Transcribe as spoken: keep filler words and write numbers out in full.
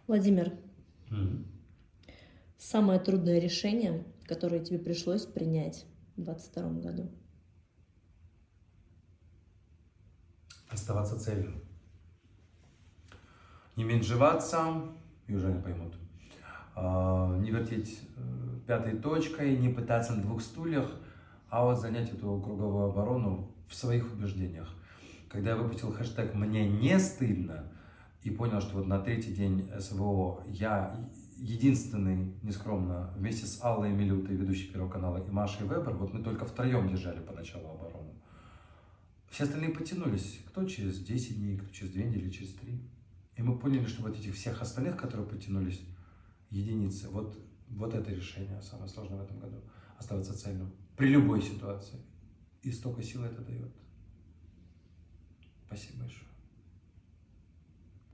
Владимир, Мгм. самое трудное решение, которое тебе пришлось принять в двадцать втором году? Оставаться целью. Не менжеваться, и уже не поймут. А, Не вертеть э, пятой точкой, не пытаться на двух стульях, а вот занять эту круговую оборону в своих убеждениях. Когда я выпустил хэштег «Мне не стыдно» и понял, что вот на третий день СВО я единственный, нескромно, вместе с Аллой Милютой, ведущей Первого канала, и Машей Вебер, вот мы только втроем держали поначалу оборону. Все остальные потянулись, кто через десять дней, кто через две недели, через три. И мы поняли, что вот этих всех остальных, которые потянулись, единицы, вот, вот это решение самое сложное в этом году. Оставаться цельным при любой ситуации. И столько сил это дает. Спасибо большое.